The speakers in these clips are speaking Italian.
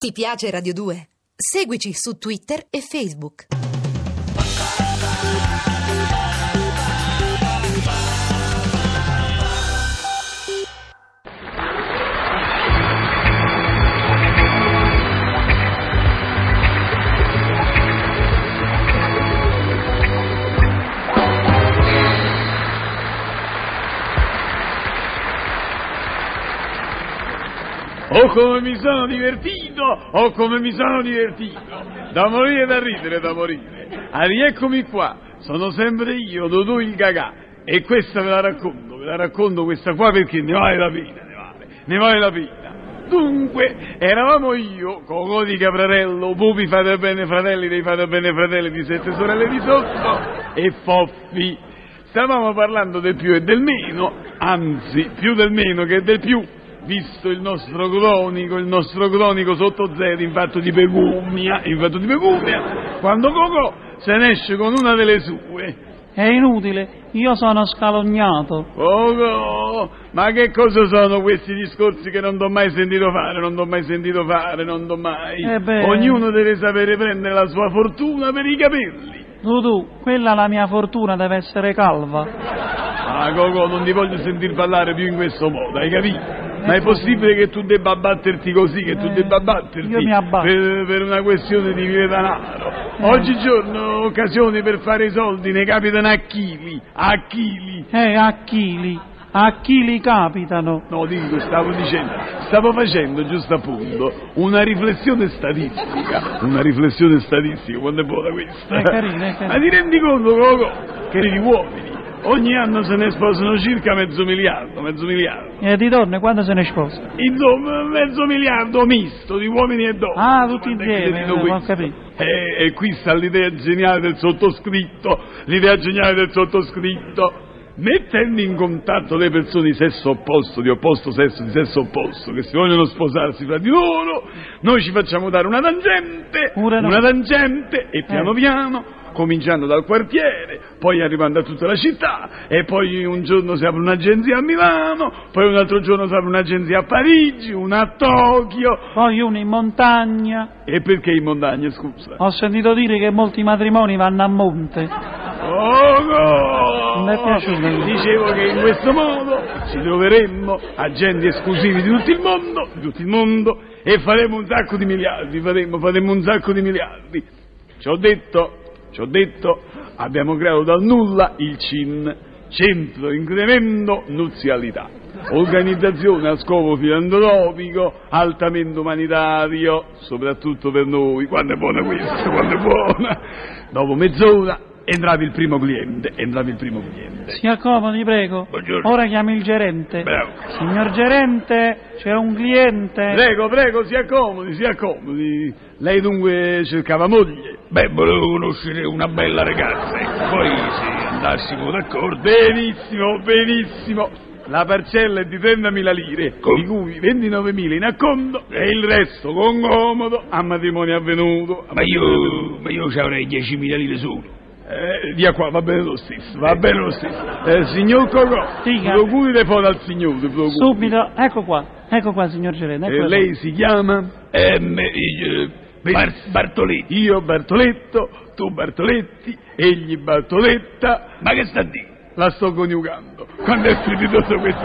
Ti piace Radio 2? Seguici su Twitter e Facebook. Oh, come mi sono divertito! Oh, come mi sono divertito! Da morire, da ridere, da morire. Rieccomi qua, sono sempre io, Dodò il Gagà. E questa ve la racconto questa qua perché ne vale la pena, ne vale la pena. Dunque, eravamo io, Cocò di Caprarello, Pupi fate bene fratelli dei fate bene fratelli di 7 sorelle di sotto, e Foffi. Stavamo parlando del più e del meno, anzi, più del meno che del più, visto il nostro cronico sotto zero in fatto di pecumia, quando Cocò se ne esce con una delle sue. È inutile, io sono scalognato. Cocò, ma che cosa sono questi discorsi che non t'ho mai sentito fare? Ognuno deve sapere prendere la sua fortuna per i capelli. Dudu, quella la mia fortuna deve essere calva. Ah, Cocò, non ti voglio sentir parlare più in questo modo, hai capito? Ma è possibile che tu debba abbatterti così, che tu debba abbatterti io mi abbatto per una questione di vile danaro? Oggigiorno occasioni per fare i soldi ne capitano a chili. A chili capitano. No, dico, stavo facendo giusto appunto una riflessione statistica, quando è buona questa? È carina. Ma ti rendi conto, Cocò, che gli uomini ogni anno se ne sposano circa mezzo miliardo. E di donne quando se ne sposa? Insomma, 500 milioni misto di uomini e donne. Ah, tutti insieme, ho capito. E qui sta l'idea geniale del sottoscritto, mettendo in contatto le persone di sesso opposto, di opposto sesso, di sesso opposto, che si vogliono sposarsi fra di loro, noi ci facciamo dare una tangente, e piano piano, cominciando dal quartiere, poi arrivando a tutta la città, e poi un giorno si apre un'agenzia a Milano, poi un altro giorno si apre un'agenzia a Parigi, una a Tokyo, poi una in montagna. E perché in montagna, scusa? Ho sentito dire che molti matrimoni vanno a monte. Oh no! Non mi è piaciuto. Dicevo che in questo modo ci troveremmo agenti esclusivi di tutto il mondo, e faremo un sacco di miliardi, faremo un sacco di miliardi. Ci ho detto, abbiamo creato dal nulla il CIN, Centro Incremento Nuzialità, organizzazione a scopo filantropico, altamente umanitario, soprattutto per noi. Quando è buona questa, quando è buona! Dopo mezz'ora entrava il primo cliente. Si accomodi, prego. Buongiorno. Ora chiami il gerente. Bravo. Signor gerente, c'è un cliente. Prego, si accomodi. Lei dunque cercava moglie? Beh, volevo conoscere una bella ragazza, poi se andassimo d'accordo. Benissimo. La parcella è di 30.000 lire, di cui 29.000 in acconto e il resto con comodo a matrimonio avvenuto. Ma io ci avrei 10.000 lire solo. Via qua, va bene lo stesso. Signor Cocò, procuri le foto al signore, Subito, ecco qua, signor gerente. Lei si chiama? Bartoletti. Io Bartoletto, tu Bartoletti, egli Bartoletta. Ma che sta a dire? La sto coniugando. Quando è spiritoso questo,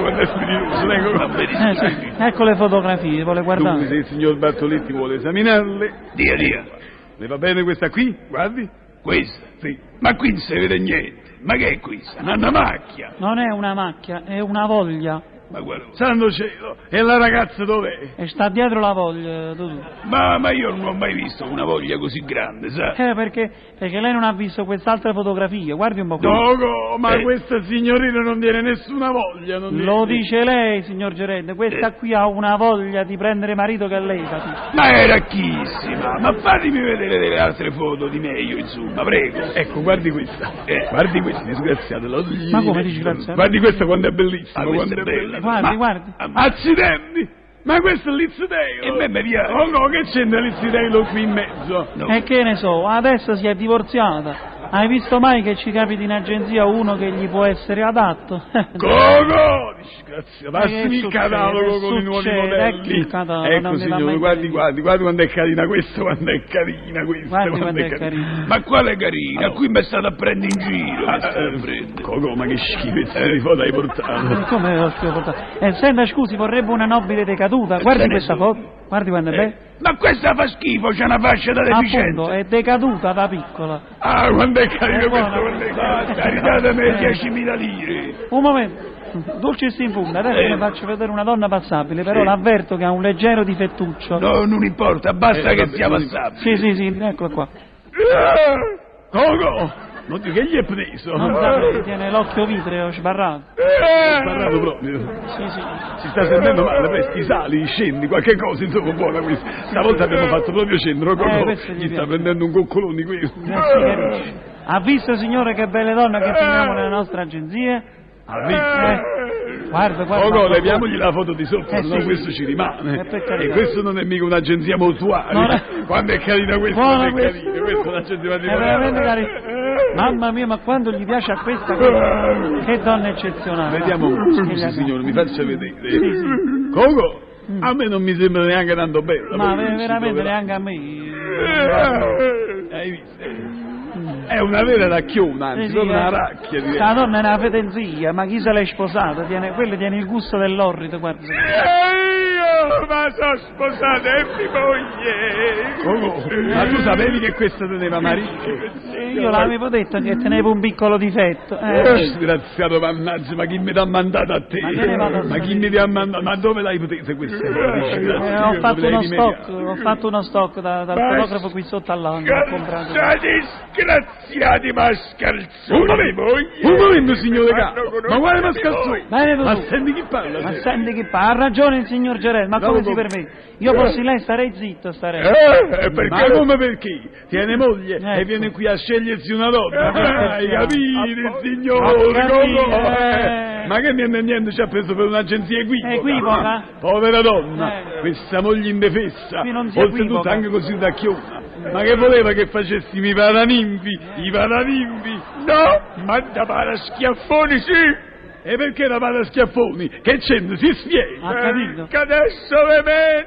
Ecco le fotografie, vuole guardare? Dunque, se il signor Bartoletti vuole esaminarle. Dia. Le va bene questa qui? Guardi. Questa? Sì. Ma qui non si vede niente. Ma che è questa? Una macchia. Non è una macchia, è una voglia. Ma guarda. Santo cielo, e la ragazza dov'è? E sta dietro la voglia, Dudu. Ma io non ho mai visto una voglia così grande, sa? Perché lei non ha visto quest'altra fotografia, guardi un po' qui. No, ma questa signorina non tiene nessuna voglia, Lo dice lei, signor gerente, questa qui ha una voglia di prendere marito che lei, capisce? Ma è racchissima, ma fatemi vedere delle altre foto di meglio, insomma, prego. Ecco, guardi questa, disgraziata. Ma come disgraziata? Guardi questa quando è bellissima, quando è bella. Guardi. Accidenti! Ma questo è l'Izzideo! E me via. Oh no, che c'entra l'Izzideo qui in mezzo? No. E che ne so, adesso si è divorziata. Hai visto mai che ci capiti in agenzia uno che gli può essere adatto? Coco, disgrazia, passami il succede? catalogo con i nuovi Succede? modelli. Ecco il catalogo, Ecco non mi fa signore, mai guardi credere. quando è carina questa, quando è carina questa. Guardi quando è carina. Ma quale carina? Qui mi è stata a prendere in giro. mi state a prendere. Coco, ma che schifezza di foto hai portato? Come lo schifo portato? Senta, scusi, vorrebbe una nobile decaduta. Guardi se ne questa so. foto, guardi quando è bella. Ma questa fa schifo, c'è una fascia da deficienza. Appunto, è decaduta da piccola. Ah, quando è carino È questo, buona. quando è carino. Ridatemi 10.000 lire. Un momento, dulcis in funda, adesso le faccio vedere una donna passabile, però Sì. l'avverto che ha un leggero difettuccio. No, non importa, basta che vabbè, sia non passabile. Sì, eccola qua. Coco, non dico che gli è preso. Non sa, tiene l'occhio vitreo sbarrato. Ho parlato proprio. Sì. Si sta sentendo male, presti, sali, scendi, qualche cosa, insomma, buona questa. Stavolta abbiamo fatto proprio centro, Coco. questo gli Gli sta piace. prendendo un coccolone questo. Ha visto, signore, che belle donne che teniamo nelle nostre agenzie? Ha visto? Guarda. Coco, leviamogli la foto di sopra, Sì, no, sì. questo ci rimane. Per carità. E questo non è mica un'agenzia mortuaria. No, no. Quando è carina questa, Buona quando è questa. carina. Questa è un'agenzia È veramente carino. Mamma mia, ma quando gli piace a questa cosa? Che donna eccezionale. Vediamo, scusi signore, mi faccia vedere. Coco, a me non mi sembra neanche tanto bella. Ma proprio, veramente ci neanche a me. Hai visto? È una vera racchiona, anzi, proprio una racchia. direi. La donna è una fedenzia, ma chi se l'è sposata? Quello tiene il gusto dell'orrito, guarda. Io ma sono sposato e mia moglie. Coco, ma tu sapevi che questa teneva marito? Io l'avevo detto che tenevo un piccolo difetto. Disgraziato mannaggia, ma chi mi ti ha mandato a te? Ma che ne vado a Ma chi mi ti ha mandato? Ma dove l'hai prese queste cose? Ho fatto uno stock dal fotografo qui sotto all'angolo. Ho comprato. Disgraziati mascalzoni. Un momento, signore Capo, ma quale mascalzone? Bene, Ma tu. senti chi parla? Ma te? senti che fa? Ha ragione il signor Gerelli, ma come si permette? Io fossi lei starei zitto, starei. Ma come perché? Tiene moglie e Ecco. viene qui a scegliersi una donna. Hai capito, Ho signore? capito, Coco? Ma che niente ci ha preso per un'agenzia equivoca? Equivoca? Povera donna, Eh. questa moglie indefessa, Qui non si oltretutto equivoca. anche così da chiona. Ma che voleva che facessimo i paranimfi? I paranimfi? No, ma da paraschiaffoni sì. E perché la palla a schiaffoni? Che c'entra? Si spiega. Ha capito? Che adesso ve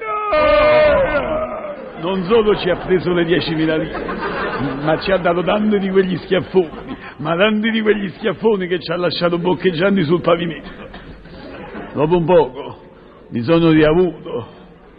meno. Non solo ci ha preso le 10.000 lire, ma ci ha dato tanti di quegli schiaffoni, ma tanti di quegli schiaffoni che ci ha lasciato boccheggianti sul pavimento. Dopo un poco mi sono riavuto.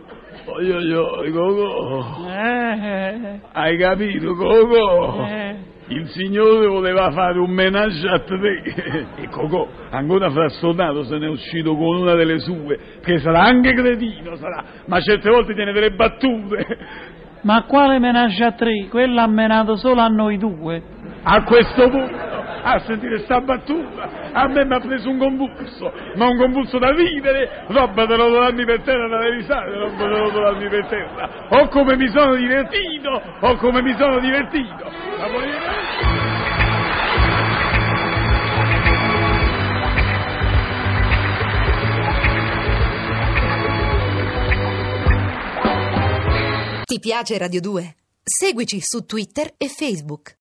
Oi, Coco. Hai capito, Coco? Il signore voleva fare un menage a tre e Coco, ancora frastornato, se n'è uscito con una delle sue, che sarà anche cretino, sarà, ma certe volte tiene delle battute. Ma quale menage a tre? Quella ha menato solo a noi due. A questo punto, a sentire sta battuta, a me mi ha preso un convulso, ma un convulso da ridere, roba da rotolarmi per terra, da risale, roba da rotolarmi per terra. O come mi sono divertito, o come mi sono divertito. Ti piace Radio 2? Seguici su Twitter e Facebook.